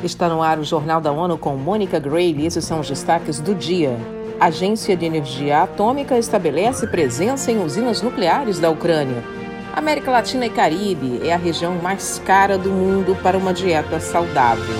Está no ar o Jornal da ONU com Mônica Grayle e esses são os destaques do dia. A Agência de Energia Atômica estabelece presença em usinas nucleares da Ucrânia. América Latina e Caribe é a região mais cara do mundo para uma dieta saudável.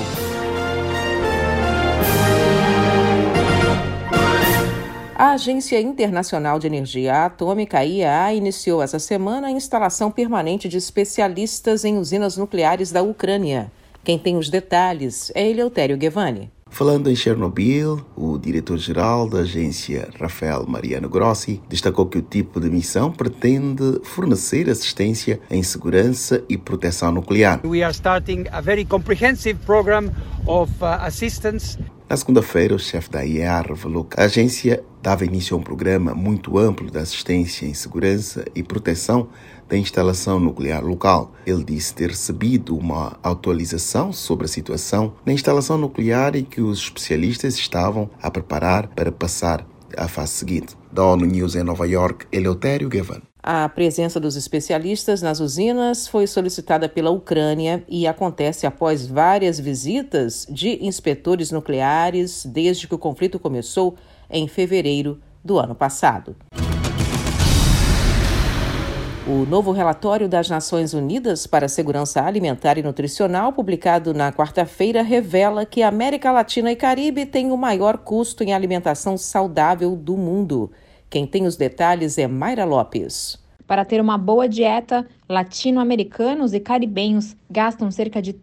A Agência Internacional de Energia Atômica, IAEA, iniciou essa semana a instalação permanente de especialistas em usinas nucleares da Ucrânia. Quem tem os detalhes é Eleutério Gavan. Falando em Chernobyl, o diretor-geral da agência, Rafael Mariano Grossi, destacou que o tipo de missão pretende fornecer assistência em segurança e proteção nuclear. We are starting a very comprehensive program of assistance. Na segunda-feira, o chefe da IAEA revelou que a agência dava início a um programa muito amplo de assistência em segurança e proteção da instalação nuclear local. Ele disse ter recebido uma atualização sobre a situação na instalação nuclear e que os especialistas estavam a preparar para passar à fase seguinte. Da ONU News em Nova York, Eleutério Gavan. A presença dos especialistas nas usinas foi solicitada pela Ucrânia e acontece após várias visitas de inspetores nucleares desde que o conflito começou em fevereiro do ano passado. O novo relatório das Nações Unidas para a Segurança Alimentar e Nutricional, publicado na quarta-feira, revela que a América Latina e Caribe tem o maior custo em alimentação saudável do mundo. Quem tem os detalhes é Mayra Lopes. Para ter uma boa dieta, latino-americanos e caribenhos gastam cerca de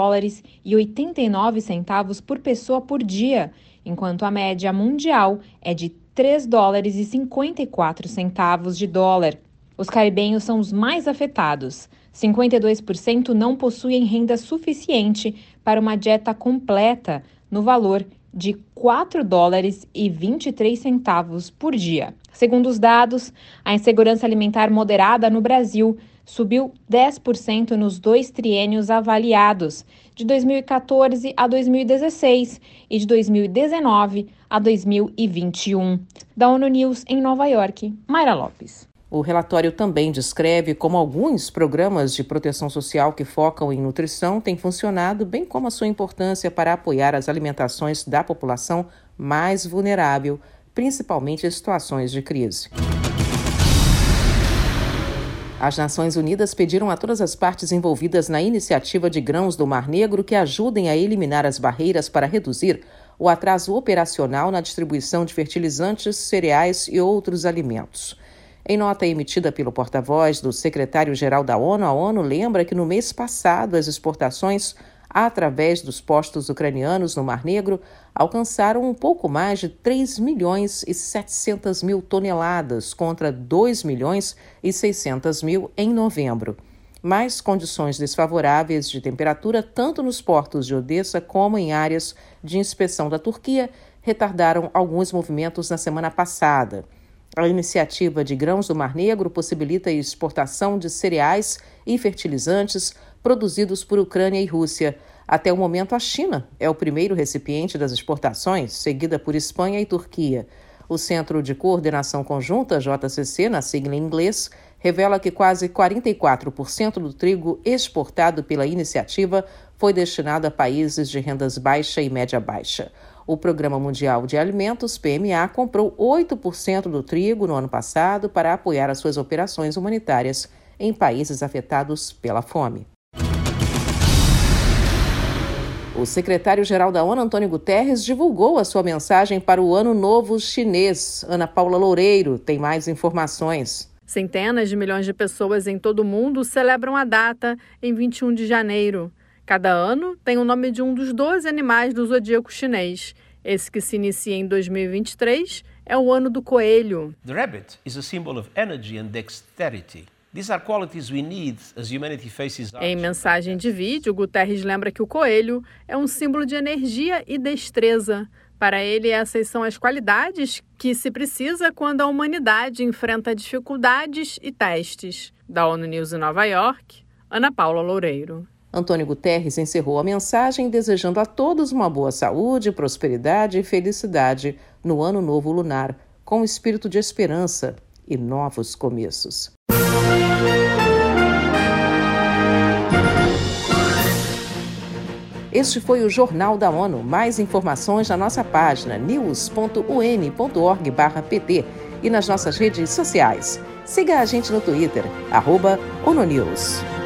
$3,89 por pessoa por dia, enquanto a média mundial é de $3,54. Os caribenhos são os mais afetados. 52% não possuem renda suficiente para uma dieta completa, no valor de $4,23 por dia. Segundo os dados, a insegurança alimentar moderada no Brasil subiu 10% nos 2 triênios avaliados, de 2014 a 2016 e de 2019 a 2021. Da ONU News em Nova York, Mayra Lopes. O relatório também descreve como alguns programas de proteção social que focam em nutrição têm funcionado, bem como a sua importância para apoiar as alimentações da população mais vulnerável, principalmente em situações de crise. As Nações Unidas pediram a todas as partes envolvidas na iniciativa de grãos do Mar Negro que ajudem a eliminar as barreiras para reduzir o atraso operacional na distribuição de fertilizantes, cereais e outros alimentos. Em nota emitida pelo porta-voz do secretário-geral da ONU, a ONU lembra que no mês passado as exportações através dos postos ucranianos no Mar Negro alcançaram um pouco mais de 3.700.000 toneladas contra 2.600.000 em novembro. Mas condições desfavoráveis de temperatura tanto nos portos de Odessa como em áreas de inspeção da Turquia retardaram alguns movimentos na semana passada. A iniciativa de grãos do Mar Negro possibilita a exportação de cereais e fertilizantes produzidos por Ucrânia e Rússia. Até o momento, a China é o primeiro recipiente das exportações, seguida por Espanha e Turquia. O Centro de Coordenação Conjunta, JCC, na sigla em inglês, revela que quase 44% do trigo exportado pela iniciativa foi destinado a países de rendas baixa e média-baixa. O Programa Mundial de Alimentos, PMA, comprou 8% do trigo no ano passado para apoiar as suas operações humanitárias em países afetados pela fome. O secretário-geral da ONU, Antônio Guterres, divulgou a sua mensagem para o Ano Novo Chinês. Ana Paula Loureiro tem mais informações. Centenas de milhões de pessoas em todo o mundo celebram a data em 21 de janeiro. Cada ano tem o nome de um dos 12 animais do zodíaco chinês. Esse que se inicia em 2023 é o ano do coelho. The rabbit is a symbol of energy and dexterity. These are qualities we need as humanity faces. Em mensagem de vídeo, Guterres lembra que o coelho é um símbolo de energia e destreza. Para ele, essas são as qualidades que se precisa quando a humanidade enfrenta dificuldades e testes. Da ONU News em Nova York, Ana Paula Loureiro. Antônio Guterres encerrou a mensagem desejando a todos uma boa saúde, prosperidade e felicidade no Ano Novo Lunar, com espírito de esperança e novos começos. Este foi o Jornal da ONU. Mais informações na nossa página news.un.org/pt e nas nossas redes sociais. Siga a gente no Twitter, @ONUNews.